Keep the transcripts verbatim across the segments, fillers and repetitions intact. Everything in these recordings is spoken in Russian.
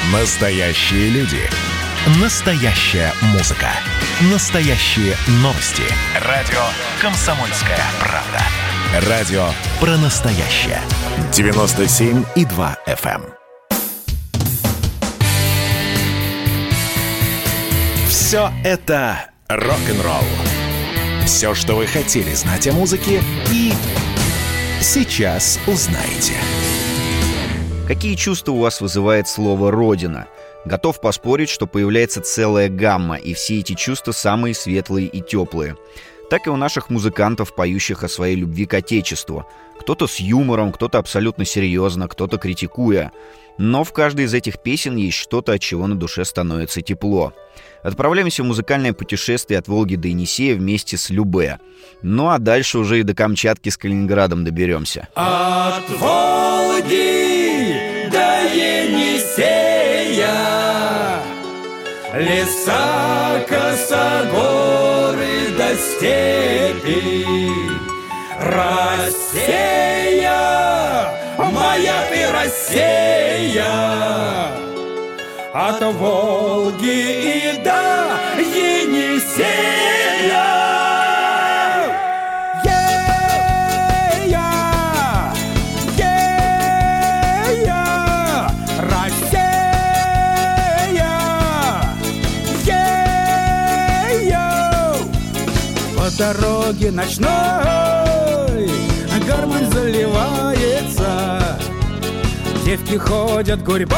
Настоящие люди. Настоящая музыка. Настоящие новости. Радио «Комсомольская правда». Радио про настоящее. девяносто семь и два эф эм. Все это рок-н-ролл. Все, что вы хотели знать о музыке, и сейчас узнаете. Какие чувства у вас вызывает слово «родина»? Готов поспорить, что появляется целая гамма, и все эти чувства самые светлые и теплые. Так и у наших музыкантов, поющих о своей любви к Отечеству. Кто-то с юмором, кто-то абсолютно серьезно, кто-то критикуя. Но в каждой из этих песен есть что-то, от чего на душе становится тепло. Отправляемся в музыкальное путешествие от Волги до Енисея вместе с Любэ. Ну а дальше уже и до Камчатки с Калининградом доберемся. От Волги до Енисея, леса, косогоры до степи, Россия, моя ты Россия, от Волги и до Енисея. Дороги ночной гармонь заливается, девки ходят гурьбой,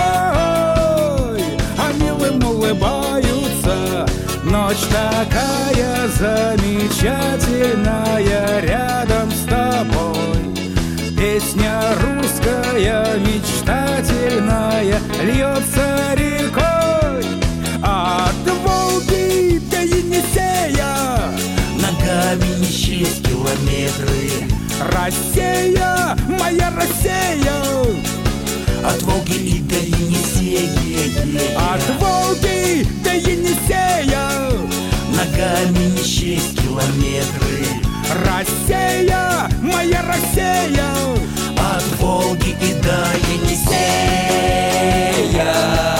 а милым улыбаются. Ночь такая замечательная рядом с тобой. Песня русская мечтательная льется рекой. От Волги до Енисея ногами не счесть километры. Россия, моя Россия, от Волги и до Енисея. От Волги до Енисея ногами не счесть километры. Россия, моя Россия, от Волги и до Енисея.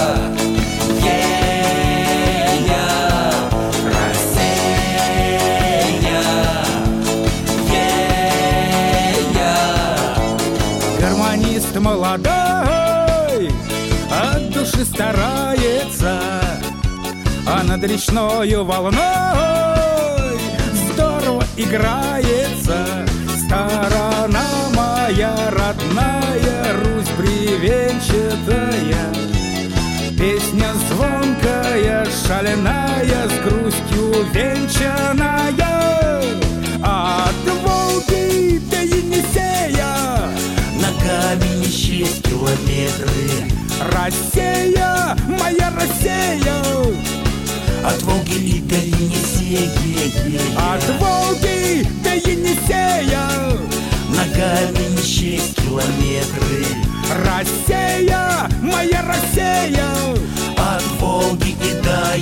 Молодой от души старается, а над речною волной здорово играется. Сторона моя родная, Русь бревенчатая, песня звонкая, шаленая, с грустью венчаная. От Волги до Енисея ногами не счесть километры. Россия, моя Россия, от Волги и до Енисея. От Волги до Енисея ногами не счесть километры. Россия, моя Россия, от Волги и до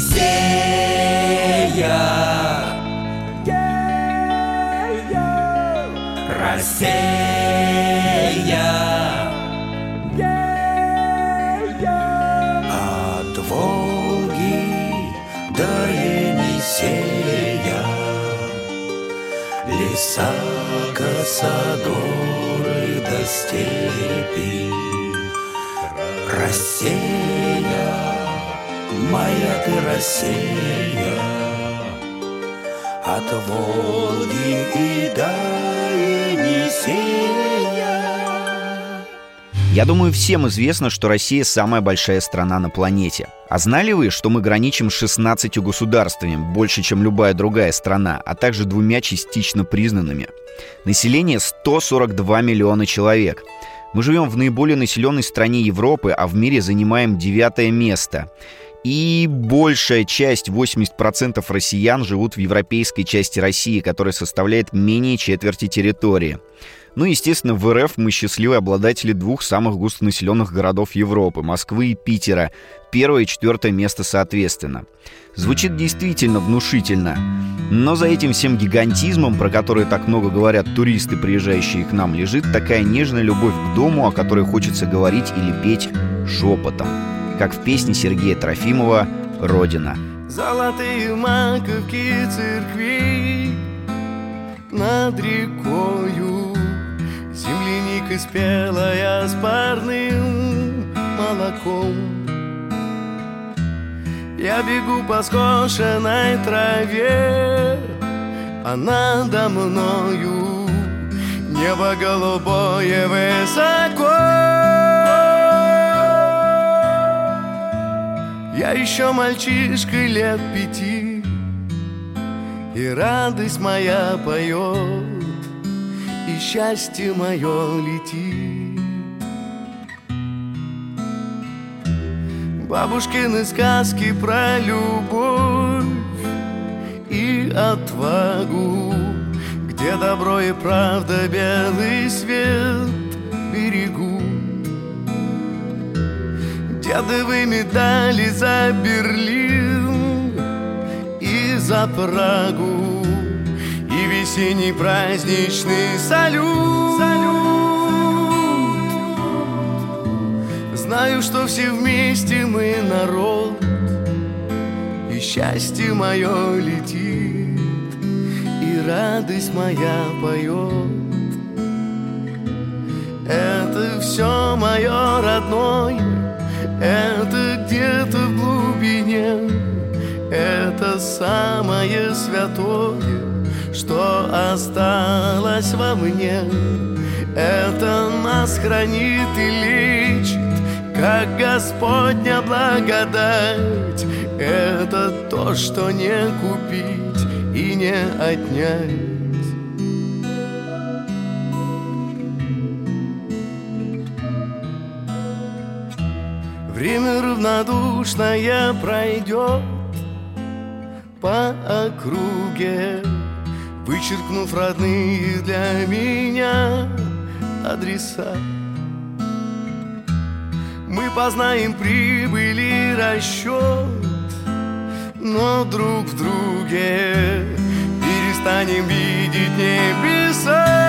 Енисея. Россия, от Волги до Енисея, леса, косогоры до степи. Россия, моя ты Россия, от Волги и до Енисея. Я думаю, всем известно, что Россия самая большая страна на планете. А знали вы, что мы граничим с шестнадцатью государствами, больше, чем любая другая страна, а также двумя частично признанными? Население сто сорок два миллиона человек. Мы живем в наиболее населенной стране Европы, а в мире занимаем девятое место. И большая часть, восемьдесят процентов россиян, живут в европейской части России, которая составляет менее четверти территории. Ну, естественно, в эр эф мы счастливые обладатели двух самых густонаселенных городов Европы — Москвы и Питера. Первое и четвертое место соответственно. Звучит действительно внушительно. Но за этим всем гигантизмом, про который так много говорят туристы, приезжающие к нам, лежит такая нежная любовь к дому, о которой хочется говорить или петь шепотом. как в песне Сергея Трофимова «Родина». Золотые маковки церквей над рекою, земляника спелая с парным молоком. Я бегу по скошенной траве, а надо мною небо голубое высоко. Я еще мальчишка лет пяти, и радость моя поет, и счастье мое летит. Бабушкины сказки про любовь и отвагу, где добро и правда белый свет берегут. Дедовы медали за Берлин и за Прагу, и весенний праздничный салют. Знаю, что все вместе мы народ, и счастье мое летит, и радость моя поет. Это все мое родное, это где-то в глубине, это самое святое, что осталось во мне. Это нас хранит и лечит, как Господня благодать. Это то, что не купить и не отнять. Время равнодушное пройдет по округе, вычеркнув родные для меня адреса. Мы познаем прибыль и расчет, но друг в друге перестанем видеть небеса.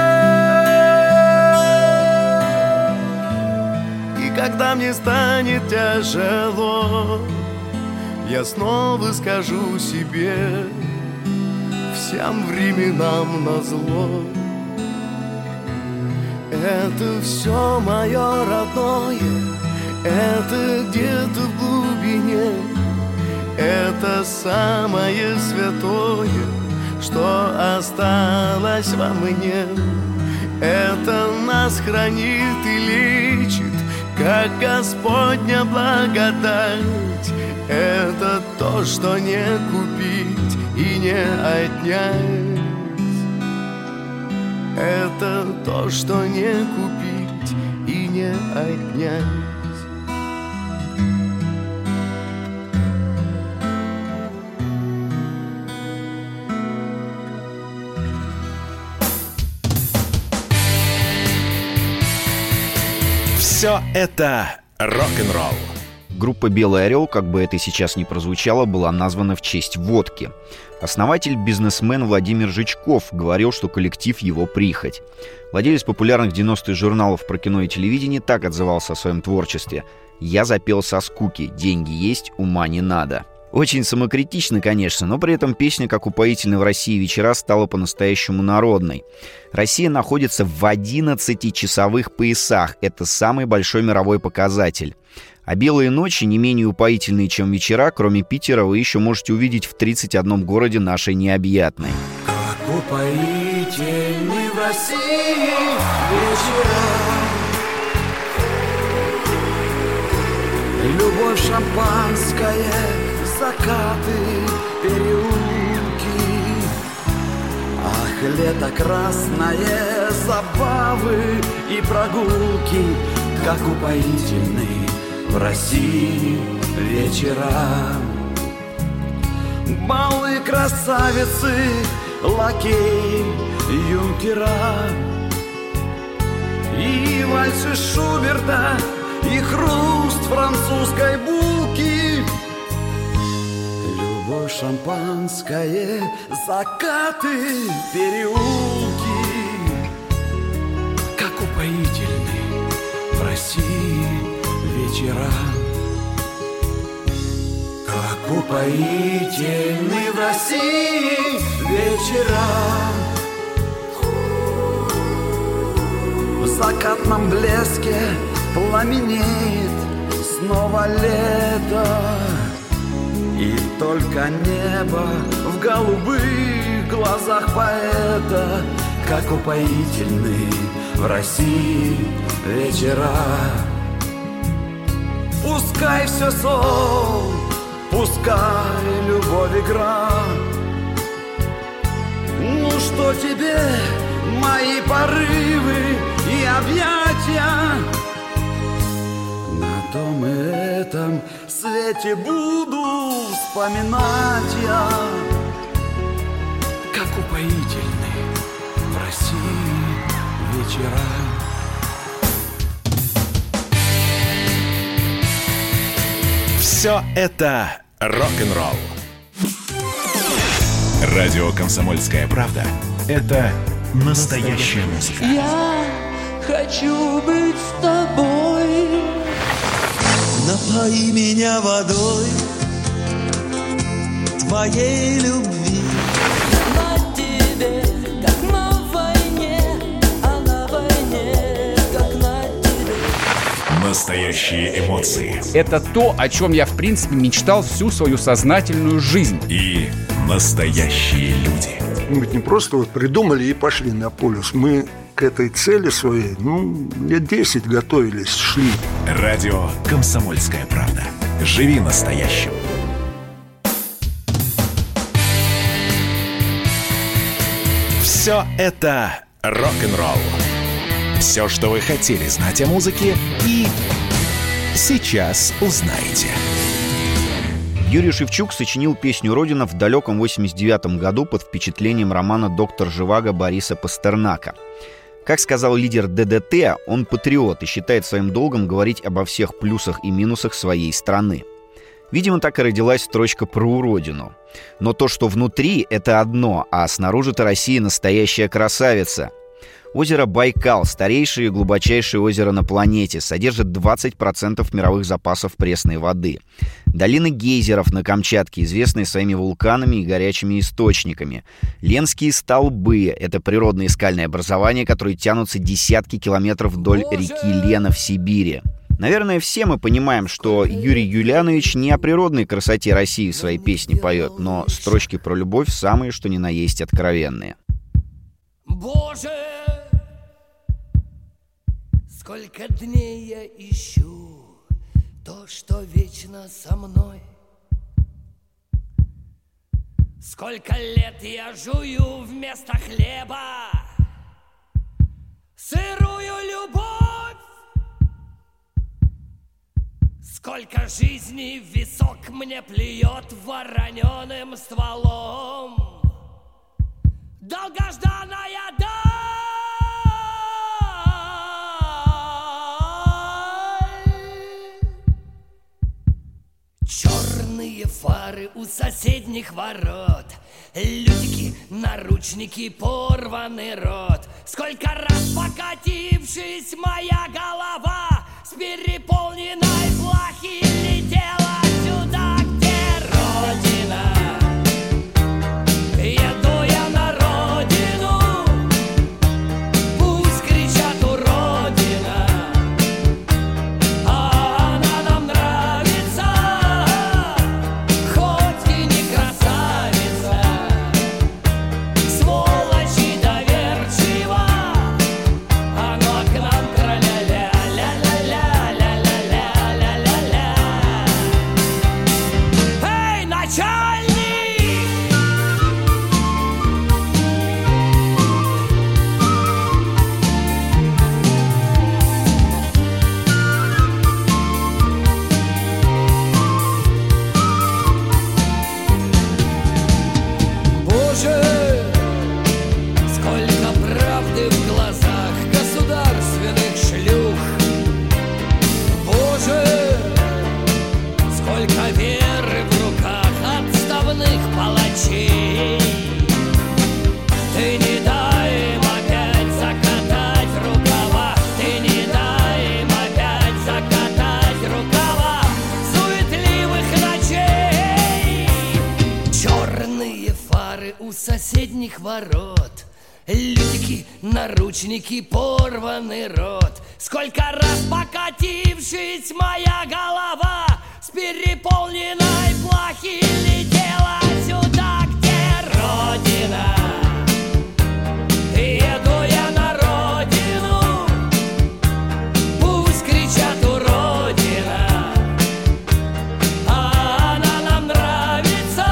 Когда мне станет тяжело, я снова скажу себе: всем временам назло. Это все мое родное, это где-то в глубине, это самое святое, что осталось во мне. Это нас хранит и лечит, как Господня благодать. Это то, что не купить и не отнять. Это то, что не купить и не отнять. Все это рок-н-ролл. Группа «Белый орел», как бы это сейчас ни прозвучало, была названа в честь водки. Основатель, бизнесмен Владимир Жичков, говорил, что коллектив его прихоть. Владелец популярных в девяностые журналов про кино и телевидение так отзывался о своем творчестве: «Я запел со скуки, деньги есть, ума не надо». Очень самокритично, конечно, но при этом песня, как упоительны в России вечера, стала по-настоящему народной. Россия находится в одиннадцати часовых поясах. Это самый большой мировой показатель. А белые ночи, не менее упоительные, чем вечера, кроме Питера, вы еще можете увидеть в тридцати одном городе нашей необъятной. Как упоительны в России вечера, любовь, шампанское, закаты, переулки. Ах, лето красное, забавы и прогулки. Как упоительны в России вечера. Балы, красавицы, лакеи, юнкера. И вальсы Шуберта, и хруст французской булки. Любовь, шампанское, закаты, переулки. Как упоительны в России вечера. как упоительны в России вечера. В закатном блеске пламенеет снова лето, и только небо в голубых глазах поэта, как упоительны в России вечера. Пускай все сон, пускай любовь игра. Ну что тебе мои порывы и объятия? На том и этом свете буду вспоминать я, как упоительны в России вечера. Все это рок-н-ролл. Радио «Комсомольская правда» — это настоящая музыка. Я хочу быть с тобой. Напои меня водой твоей любви. На тебе, как на войне, а на войне, как на тебе. Настоящие эмоции. Это то, о чем я, в принципе, мечтал всю свою сознательную жизнь. И настоящие люди. Мы ведь не просто вот придумали и пошли на полюс. Мы к этой цели своей, ну, лет десять готовились, шли. Радио «Комсомольская правда». Живи настоящим. Все это рок-н-ролл. Все, что вы хотели знать о музыке, и сейчас узнаете. Юрий Шевчук сочинил песню «Родина» в далеком восемьдесят девятом году под впечатлением романа «Доктор Живаго» Бориса Пастернака. Как сказал лидер ДДТ, он патриот и считает своим долгом говорить обо всех плюсах и минусах своей страны. Видимо, так и родилась строчка про родину. Но то, что внутри, это одно, а снаружи-то Россия настоящая красавица. Озеро Байкал, старейшее и глубочайшее озеро на планете, содержит двадцать процентов мировых запасов пресной воды. Долины гейзеров на Камчатке, известные своими вулканами и горячими источниками. Ленские столбы — это природные скальные образования, которые тянутся десятки километров вдоль реки Лена в Сибири. Наверное, все мы понимаем, что Юрий Юлианович не о природной красоте России в своей песне поет, но строчки про любовь самые, что ни на есть, откровенные. Боже, сколько дней я ищу то, что вечно со мной. Сколько лет я жую вместо хлеба сырую любовь. Сколько жизней в висок мне плюет вороненым стволом. Долгожданная даль. Черные фары у соседних ворот, лютики, наручники, порванный рот. Сколько раз покатившись моя голова с переполненной плахи летела сюда, где родина. Еду я на родину, пусть кричат уродина, а она нам нравится, хоть и не красавица, сволочь и доверчива, оно к нам траля-ля, ля-ля-ля, ля-ля-ля, ля-ля-ля. соседних ворот. Лютики, наручники, порванный рот. Сколько раз покатившись моя голова с переполненной плахи летела сюда, где родина. Еду я на родину, пусть кричат уродина, а она нам нравится,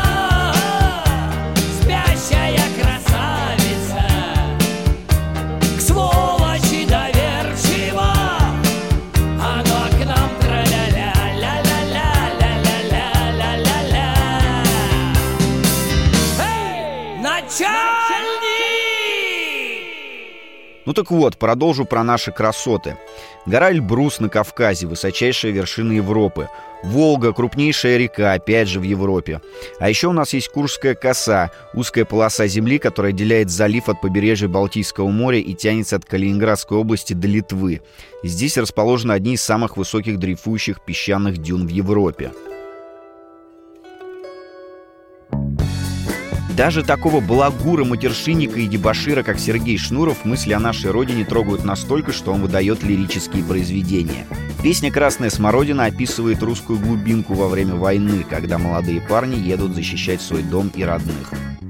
спящая красавица. К сволочи доверчива, оно к нам тра-ля-ля, ля-ля-ля-ля-ля-ля-ля-ля-ля. Эй, начальник! Ну так вот, продолжу про наши красоты. Гора Эльбрус на Кавказе, высочайшая вершина Европы. Волга, крупнейшая река, опять же в Европе. А еще у нас есть Куршская коса, узкая полоса земли, которая отделяет залив от побережья Балтийского моря и тянется от Калининградской области до Литвы. Здесь расположены одни из самых высоких дрейфующих песчаных дюн в Европе. Даже такого балагура, матершинника и дебошира, как Сергей Шнуров, мысли о нашей родине трогают настолько, что он выдает лирические произведения. Песня «Красная смородина» описывает русскую глубинку во время войны, когда молодые парни едут защищать свой дом и родных.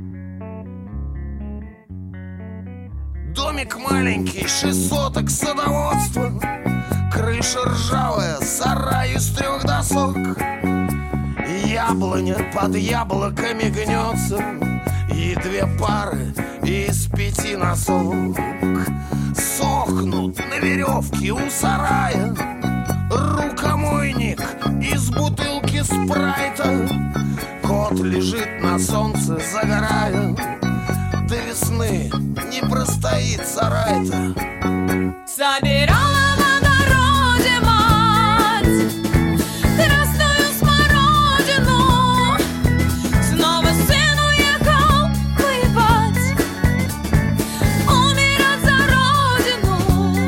Домик маленький, шесть соток садоводства, крыша ржавая, сарай из трех досок. Яблоня под яблоками гнется, и две пары из пяти носок сохнут на веревке у сарая. Рукомойник из бутылки спрайта, кот лежит на солнце, загорая. До весны не простоит сарай-то. Собирала в огороде мать красную смородину, снова сын уехал воевать, умирать за родину.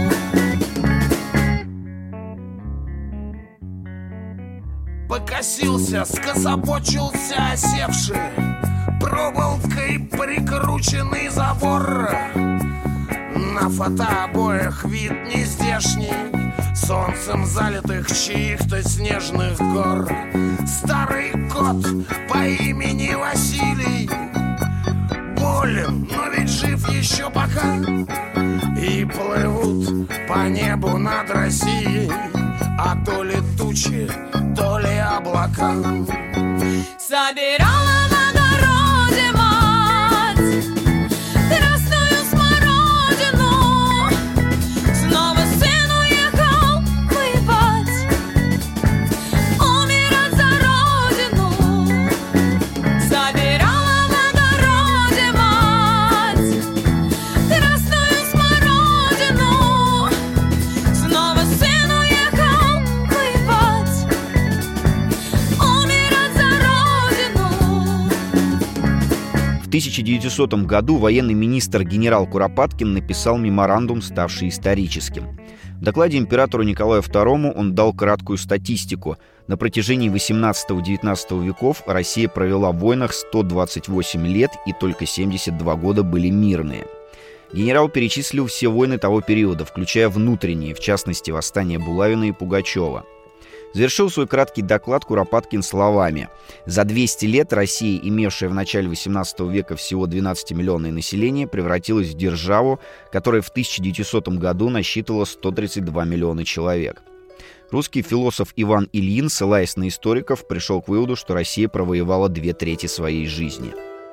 Покосился, скособочился осевший, проволокой прикрученный забор. На фотообоях вид нездешний, солнцем залитых чьих-то снежных гор. Старый кот по имени Василий болен, но ведь жив еще пока. И плывут по небу над Россией, а то ли тучи, то ли облака. Собирала в огороде мать красную смородину, снова сын уехал воевать, умирать за родину. Собирала в огороде мать красную смородину, снова сын уехал воевать, умирать за родину. В тысяча девятисотом году военный министр генерал Куропаткин написал меморандум, ставший историческим. В докладе императору Николаю второму он дал краткую статистику. На протяжении восемнадцатого-девятнадцатого веков Россия провела в войнах сто двадцать восемь лет, и только семьдесят два года были мирные. Генерал перечислил все войны того периода, включая внутренние, в частности, восстания Булавина и Пугачева. Завершил свой краткий доклад Куропаткин словами: «За двести лет Россия, имевшая в начале восемнадцатого века всего двенадцатимиллионное население, превратилась в державу, которая в тысяча девятисотом году насчитывала сто тридцать два миллиона человек». Русский философ Иван Ильин, ссылаясь на историков, пришел к выводу, что Россия провоевала две трети своей жизни.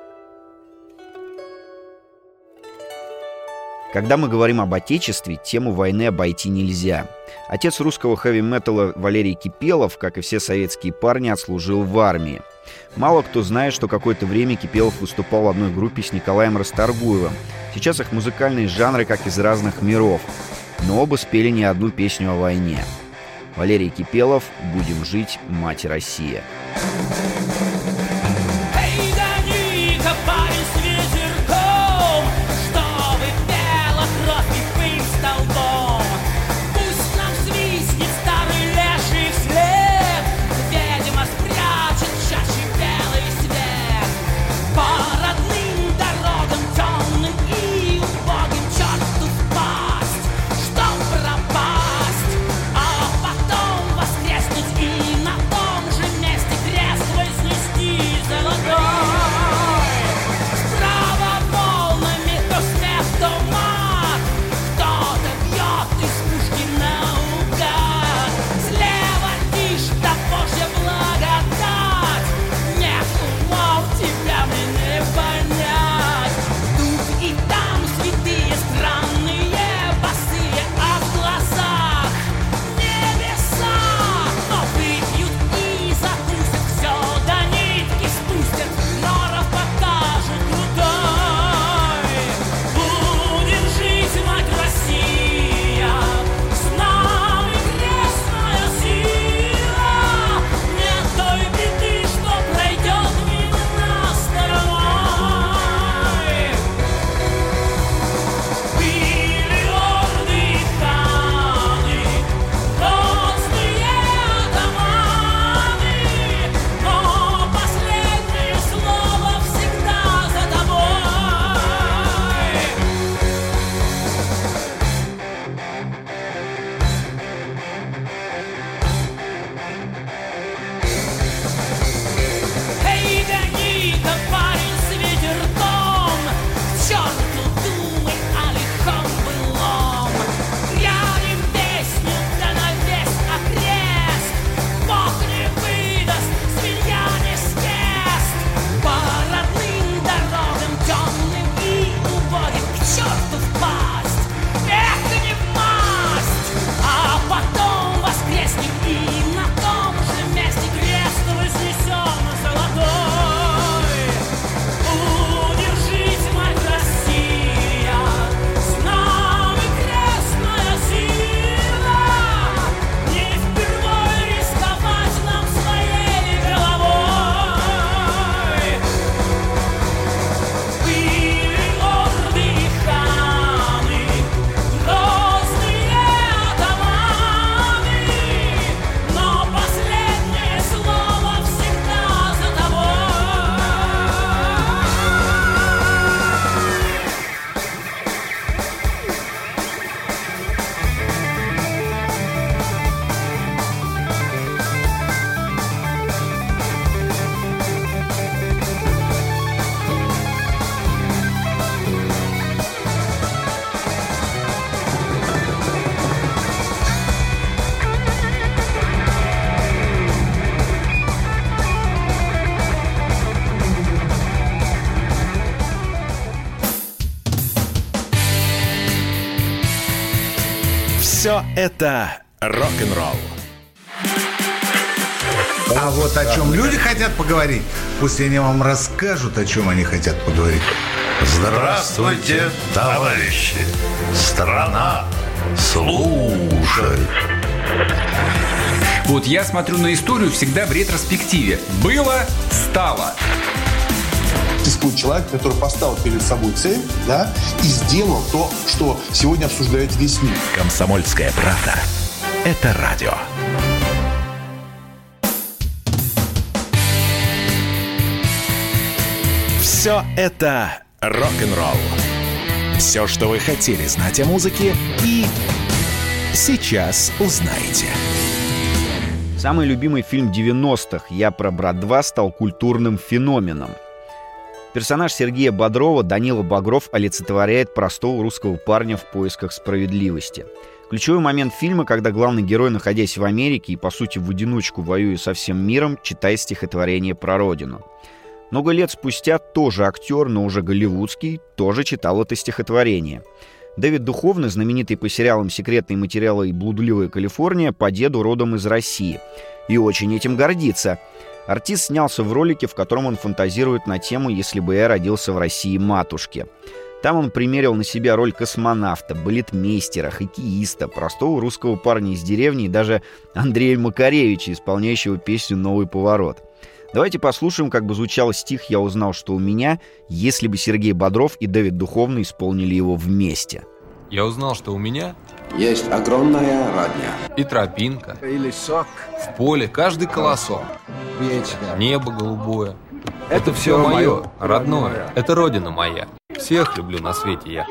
Когда мы говорим об Отечестве, тему войны обойти нельзя. Отец русского хэви-металла Валерий Кипелов, как и все советские парни, отслужил в армии. Мало кто знает, что какое-то время Кипелов выступал в одной группе с Николаем Расторгуевым. Сейчас их музыкальные жанры как из разных миров, но оба спели не одну песню о войне. Валерий Кипелов «Будем жить, мать Россия». По родным дорогам Все это рок-н-ролл. А вот о чем люди хотят поговорить, пусть они вам расскажут, о чем они хотят поговорить. Здравствуйте, товарищи! Страна слушает. Вот я смотрю на историю всегда в ретроспективе. Было, стало. Существует человек, который поставил перед собой цель, да, и сделал то, что сегодня обсуждает весь мир. «Комсомольская правда» — это радио. Все это рок-н-ролл. Все, что вы хотели знать о музыке, и сейчас узнаете. Самый любимый фильм девяностых «Я про брат два» стал культурным феноменом. Персонаж Сергея Бодрова, Данила Багров, олицетворяет простого русского парня в поисках справедливости. Ключевой момент фильма, когда главный герой, находясь в Америке и, по сути, в одиночку воюя со всем миром, читает стихотворение про родину. Много лет спустя тоже актер, но уже голливудский, тоже читал это стихотворение. Дэвид Духовный, знаменитый по сериалам «Секретные материалы» и «Блудливая Калифорния», по деду родом из России. И очень этим гордится. Артист снялся в ролике, в котором он фантазирует на тему «Если бы я родился в России матушке». Там он примерил на себя роль космонавта, балетмейстера, хоккеиста, простого русского парня из деревни и даже Андрея Макаревича, исполняющего песню «Новый поворот». Давайте послушаем, как бы звучал стих «Я узнал, что у меня», если бы Сергей Бодров и Дэвид Духовный исполнили его вместе. Я узнал, что у меня есть огромная родня. И тропинка, и лесок, в поле каждый колосок, речка, небо голубое. Это, Это все мое, родное, это родина моя. Всех люблю на свете я.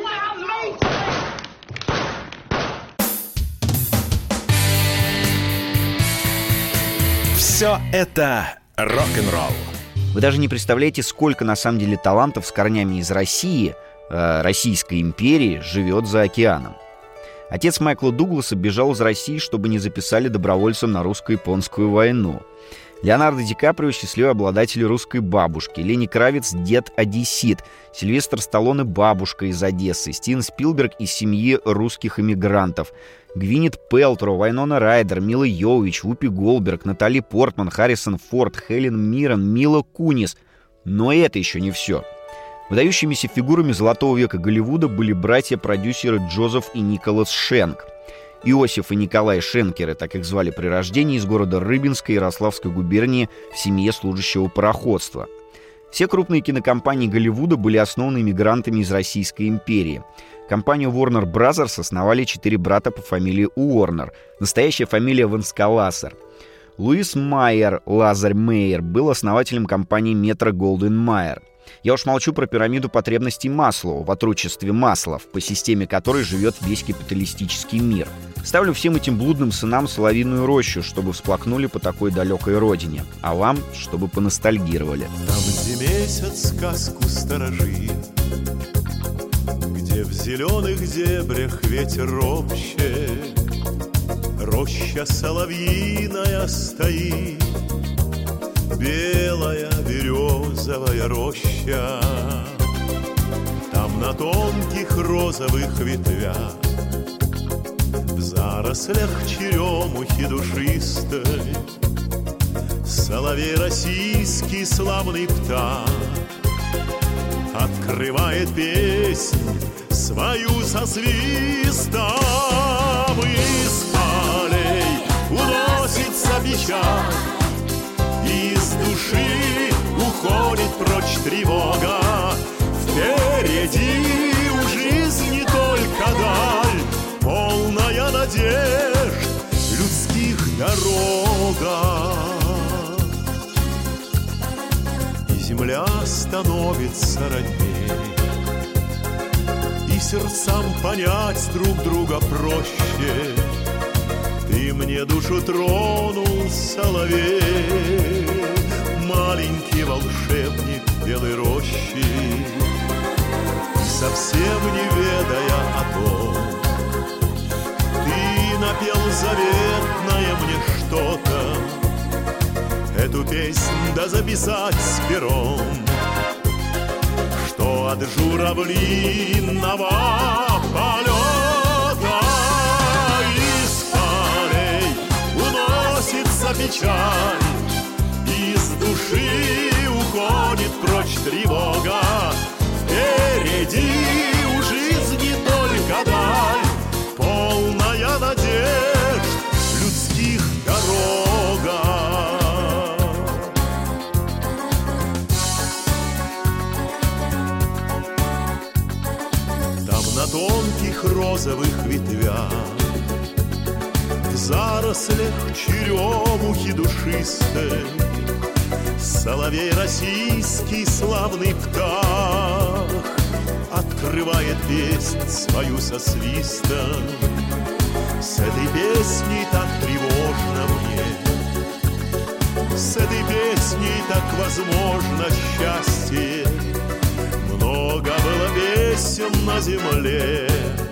Все это рок-н-ролл. Вы даже не представляете, сколько на самом деле талантов с корнями из России, э, Российской империи, живет за океаном. Отец Майкла Дугласа бежал из России, чтобы не записали добровольцем на русско-японскую войну. Леонардо Ди Каприо — счастливый обладатель русской бабушки. Лени Кравец — дед-одессит. Сильвестр Сталлоне — бабушка из Одессы. Стивен Спилберг — из семьи русских эмигрантов. Гвинет Пэлтроу, Вайнона Райдер, Мила Йовович, Вупи Голдберг, Натали Портман, Харрисон Форд, Хелен Миррен, Мила Кунис. Но это еще не все. Выдающимися фигурами золотого века Голливуда были братья-продюсеры Джозеф и Николас Шенк. Иосиф и Николай Шенкеры, так их звали при рождении, из города Рыбинска Ярославской губернии в семье служащего пароходства. Все крупные кинокомпании Голливуда были основаны иммигрантами из Российской империи. Компанию Warner Brothers основали четыре брата по фамилии Уорнер. Настоящая фамилия Ванскаласер. Луис Майер Лазарь Мейер был основателем компании Metro Goldwyn Mayer. Я уж молчу про пирамиду потребностей Маслоу в отрочестве Маслов, по системе которой живет весь капиталистический мир. Ставлю всем этим блудным сынам соловьиную рощу, чтобы всплакнули по такой далекой родине, а вам, чтобы поностальгировали. Там, где месяц сказку сторожит, где в зеленых дебрях ветер ропщет, роща соловьиная стоит, белая березовая роща. Там на тонких розовых ветвях, в зарослях черемухи душистой, соловей российский славный птах открывает песнь свою со свистом. Из полей уносится печаль, из души уходит прочь тревога. Впереди у жизни только даль, полная надежд людских дорога. И земля становится родней, и сердцам понять друг друга проще. Ты мне душу тронул, соловей, маленький волшебник белой рощи. И совсем не ведая о том, ты напел заветное мне что-то. Эту песнь да записать с пером, что от журавлиного полета печаль, из души уходит прочь тревога. Впереди у жизни только даль, полная надежд людских дорога. Там на тонких розовых ветвях, в зарослях черемухи душистой, соловей российский славный птах открывает песнь свою со свистом. С этой песней так тревожно мне, с этой песней так возможно счастье. Много было песен на земле,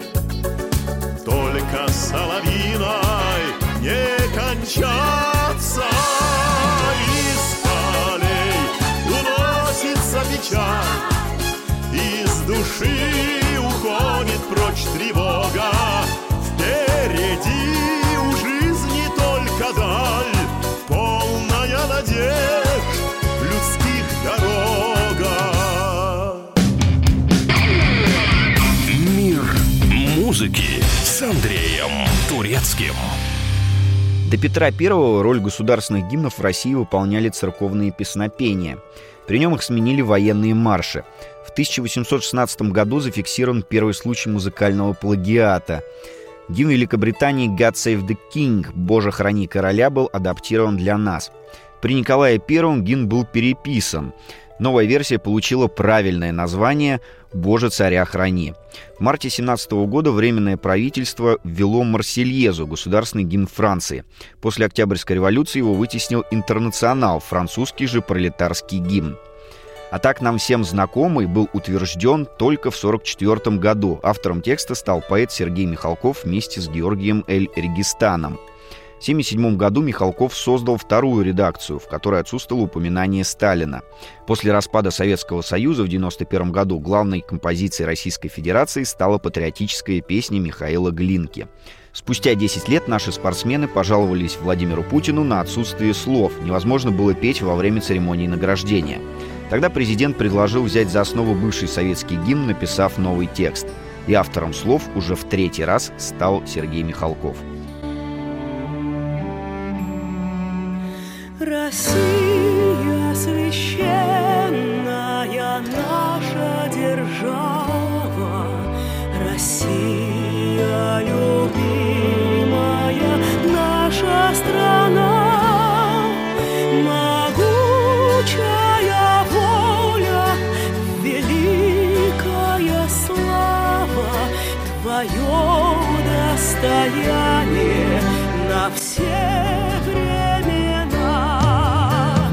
только соловьиной не кончаться. Из полей уносится печаль, из души уходит прочь тревога. Впереди у жизни только даль, полная надежд людских дорога. Мир музыки с Андреем Турецким. До Петра Первого роль государственных гимнов в России выполняли церковные песнопения. При нем их сменили военные марши. В тысяча восемьсот шестнадцатом году зафиксирован первый случай музыкального плагиата. Гимн Великобритании «God Save the King» «Боже, храни короля» был адаптирован для нас. При Николае Первом гимн был переписан. Новая версия получила правильное название «Боже, царя храни». В марте семнадцатого года Временное правительство ввело «Марсельезу», государственный гимн Франции. После Октябрьской революции его вытеснил «Интернационал», французский же пролетарский гимн. А так нам всем знакомый был утвержден только в сорок четвёртом году. Автором текста стал поэт Сергей Михалков вместе с Георгием Эль-Регистаном. В тысяча девятьсот семьдесят седьмом году Михалков создал вторую редакцию, в которой отсутствовало упоминание Сталина. После распада Советского Союза в девяносто первом году главной композицией Российской Федерации стала патриотическая песня Михаила Глинки. Спустя десять лет наши спортсмены пожаловались Владимиру Путину на отсутствие слов. Невозможно было петь во время церемонии награждения. Тогда президент предложил взять за основу бывший советский гимн, написав новый текст. И автором слов уже в третий раз стал Сергей Михалков. Россия священная наша держава, Россия любимая наша страна, могучая воля, великая слава, твое достояние на все времена.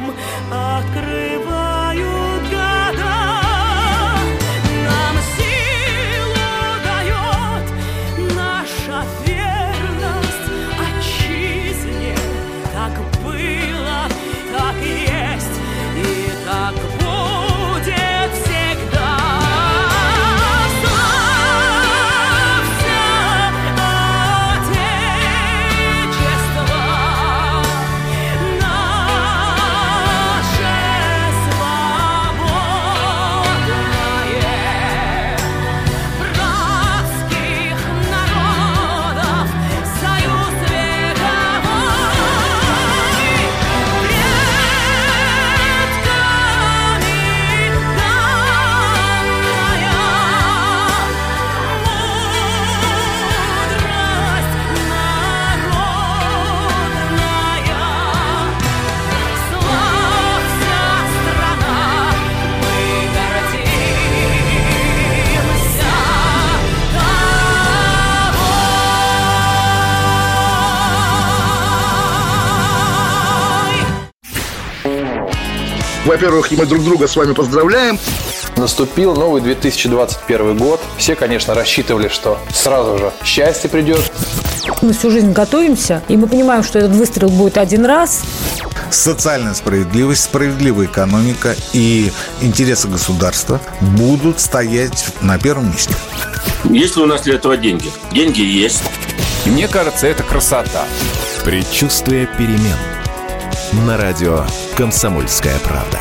нам открывают года. Нам силу дает наша верность отчизне. Так было, так есть и так будет всегда. Славься, Отечество, наше свободное, братских народов союз вековой, предками данная мудрость народная. Славься, страна, мы гордимся тобой. Во-первых, мы друг друга с вами поздравляем. Наступил новый две тысячи двадцать первый год. Все, конечно, рассчитывали, что сразу же счастье придет. Мы всю жизнь готовимся, и мы понимаем, что этот выстрел будет один раз. Социальная справедливость, справедливая экономика и интересы государства будут стоять на первом месте. Есть ли у нас для этого деньги? Деньги есть. И мне кажется, это красота. Предчувствие перемен. На радио «Комсомольская правда».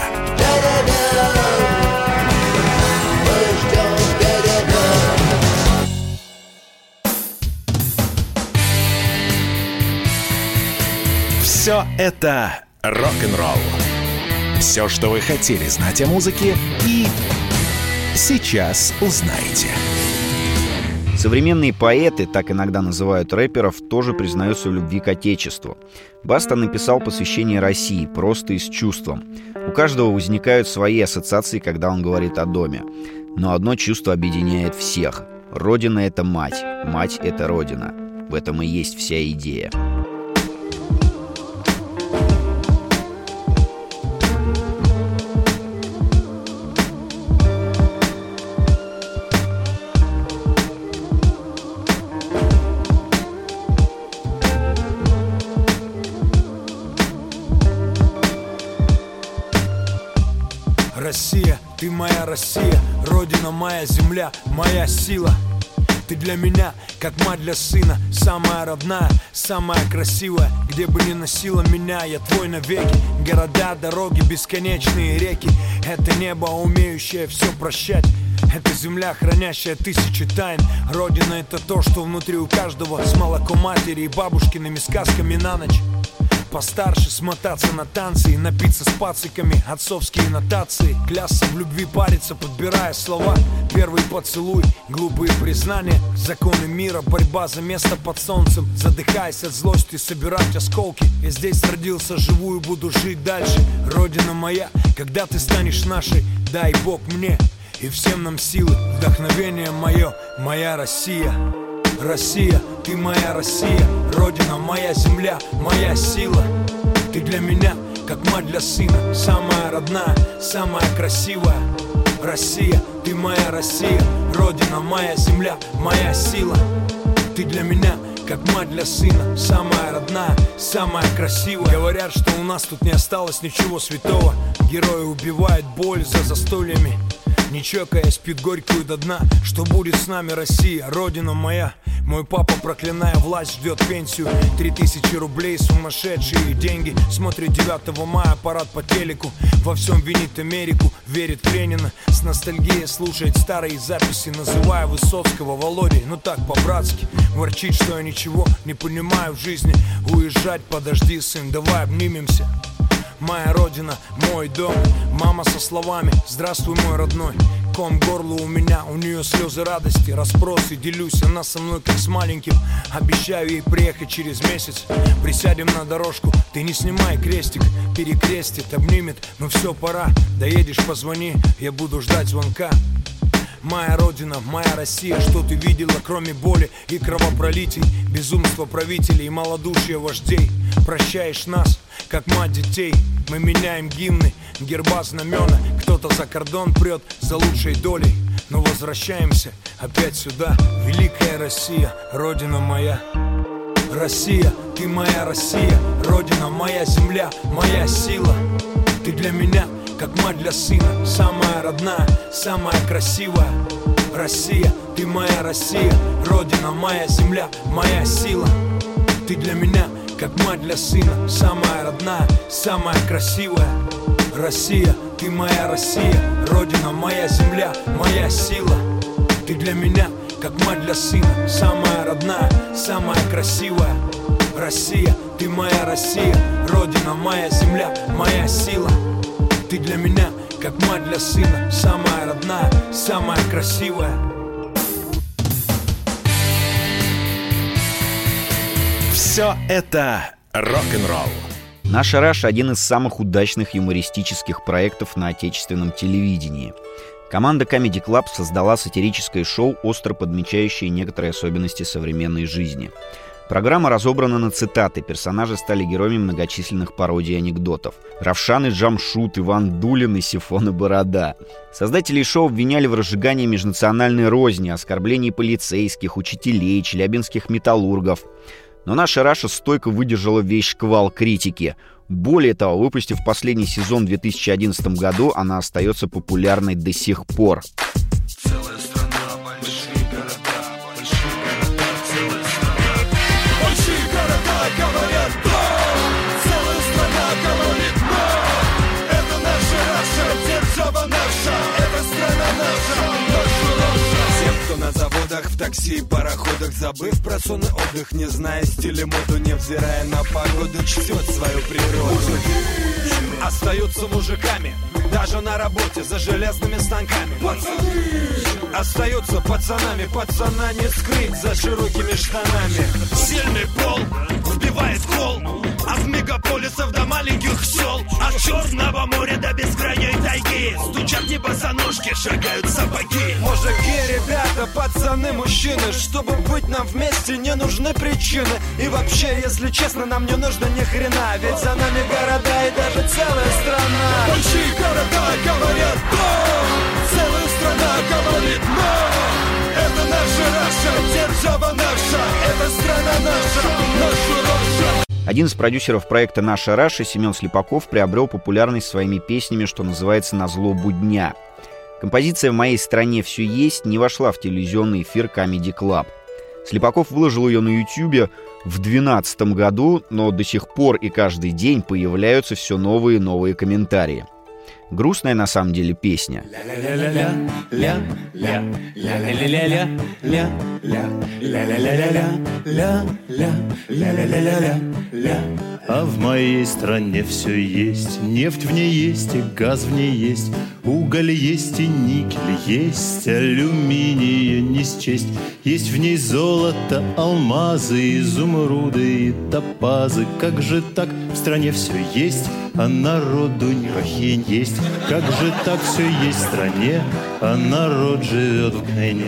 Все это рок-н-ролл. Все, что вы хотели знать о музыке, и сейчас узнаете. Современные поэты, так иногда называют рэперов, тоже признаются в любви к Отечеству. Баста написал посвящение России просто и с чувством. У каждого возникают свои ассоциации, когда он говорит о доме. Но одно чувство объединяет всех. Родина — это мать, мать — это Родина. В этом и есть вся идея. Россия, ты моя Россия, Родина моя, земля, моя сила. Ты для меня, как мать для сына, самая родная, самая красивая. Где бы ни носила меня, я твой навеки. Города, дороги, бесконечные реки. Это небо, умеющее все прощать. Это земля, хранящая тысячи тайн. Родина — это то, что внутри у каждого. С молоком матери и бабушкиными сказками на ночь. Постарше смотаться на танцы и напиться с пациками. Отцовские нотации, клясться в любви, париться, подбирая слова. Первый поцелуй, глупые признания. Законы мира, борьба за место под солнцем. Задыхаясь от злости, собирать осколки. Я здесь родился, живу и буду жить дальше. Родина моя, когда ты станешь нашей, дай Бог мне и всем нам силы. Вдохновение мое, моя Россия. Россия, ты моя Россия, Родина моя, земля, моя сила. Ты для меня, как мать для сына, самая родная, самая красивая. Россия, ты моя Россия, Родина моя, земля, моя сила. Ты для меня, как мать для сына, самая родная, самая красивая. Говорят, что у нас тут не осталось ничего святого. Герои убивают боль за застольями, не чокая, спит горькую до дна. Что будет с нами, Россия, Родина моя? Мой папа, проклиная власть, ждет пенсию. Три тысячи рублей, сумасшедшие деньги. Смотрит девятого мая парад по телеку. Во всем винит Америку, верит в Ленина. С ностальгией слушает старые записи, называя Высоцкого Володей. Ну так, по-братски, ворчит, что я ничего не понимаю в жизни. Уезжать, подожди, сын, давай обнимемся. Моя родина, мой дом. Мама со словами: здравствуй, мой родной. Ком горло у меня, у нее слезы радости, расспросы, делюсь, она со мной как с маленьким. Обещаю ей приехать через месяц. Присядем на дорожку, ты не снимай крестик. Перекрестит, обнимет, ну все, пора. Доедешь, позвони, я буду ждать звонка. Моя родина, моя Россия, что ты видела, кроме боли и кровопролитий, безумства правителей и малодушия вождей? Прощаешь нас, как мать детей. Мы меняем гимны, герба, знамена. Кто-то за кордон прет за лучшей долей. Но возвращаемся опять сюда. Великая Россия, родина моя. Россия, ты моя Россия, родина, моя земля, моя сила. Ты для меня, как мать для сына, самая родная, самая красивая. Россия, ты моя Россия, родина, моя земля, моя сила. Ты для меня, как мать для сына, самая родная, самая красивая. Россия, ты моя Россия, родина, моя земля, моя сила. Ты для меня, как мать для сына, самая родная, самая красивая. Россия, ты моя Россия, родина, моя земля, моя сила. Ты для меня, как мать для сына, самая родная, самая красивая. Все это рок-н-ролл. «Наша Раша» — один из самых удачных юмористических проектов на отечественном телевидении. Команда Comedy Club создала сатирическое шоу, остро подмечающее некоторые особенности современной жизни. Программа разобрана на цитаты, персонажи стали героями многочисленных пародий и анекдотов. Равшан и Джамшут, Иван Дулин и Сифон и Борода. Создатели шоу обвиняли в разжигании межнациональной розни, оскорблении полицейских, учителей, челябинских металлургов. Но «Наша Раша» стойко выдержала весь шквал критики. Более того, выпустив последний сезон в две тысячи одиннадцатом году, она остается популярной до сих пор. Целая страна, большие города, большие города, целая страна. Большие города говорят «да», целая страна говорит «да». Это наша Раша, держава наша, это страна наша, наша Раша. Всем, кто на заводах, в такси и пароходах, забыв про сон и отдых, не зная стиля моду, невзирая на погоду, чтет свою природу. Мужики остаются мужиками, даже на работе за железными станками. Пацаны остаются пацанами, пацана не скрыть за широкими штанами. Сильный пол вбивает кол от мегаполисов до маленьких сел, от Черного моря до бескрайней тайги. Стучат не босоножки, шагают сапоги. Мужики, ребята, пацаны, мужчины, чтобы быть нам вместе, не нужны причины. И вообще, если честно, нам не нужно ни хрена, ведь за нами города и даже целая страна. Большие города говорят «да», целая страна говорит «да». Это наша Раша, держава наша, это страна наша, наша Раша. Один из продюсеров проекта «Наша Раша», Семен Слепаков, приобрел популярность своими песнями, что называется, «На злобу дня». Композиция «В моей стране все есть» не вошла в телевизионный эфир Comedy Club. Слепаков выложил ее на Ютьюбе в две тысячи двенадцатом году, но до сих пор и каждый день появляются все новые и новые комментарии. Грустная на самом деле песня. А в моей стране все есть, нефть в ней есть и газ в ней есть, уголь есть и никель есть, алюминия не счесть. Есть в ней золото, алмазы, изумруды и топазы. Как же так, в стране все есть, а народу ни хрень есть. Как же так, все есть в стране, а народ живет в гне.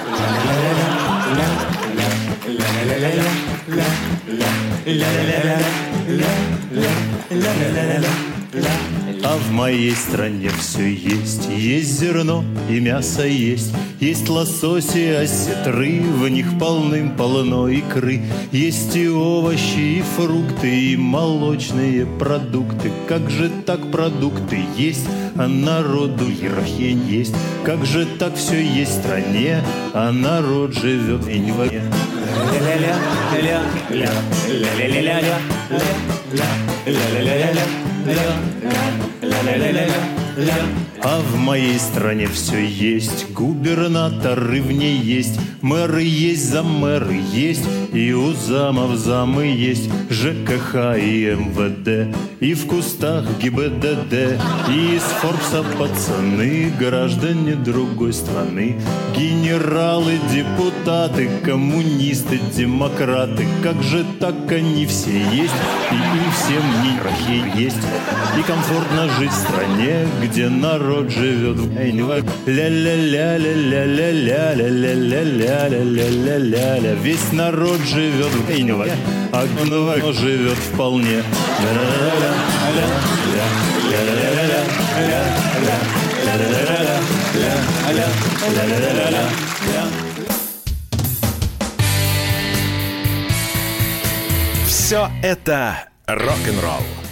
А в моей стране все есть. Есть зерно и мясо есть. Есть лососи и осетры, в них полным-полно икры. Есть и овощи, и фрукты, и молочные продукты. Как же так продукты есть, а народу ерохень есть? Как же так все есть в стране, а народ живет в войне? А в моей стране все есть, губернаторы в ней есть, мэры есть, замэры есть, и у замов замы есть, ЖКХ и МВД, и в кустах ГИБДД, и из Форбса пацаны, граждане другой страны, генералы, депутаты, коммунисты, демократы. Как же так они все есть, и им всем ни рахи есть, и комфортно жить в стране, где народ живет в ля-ля-ля-ля-ля-ля-ля-ля-ля-ля-ля-ля-ля-ля. Весь народ тот живет в Гейнево, а Гейнево живет вполне. Все это рок-н-ролл.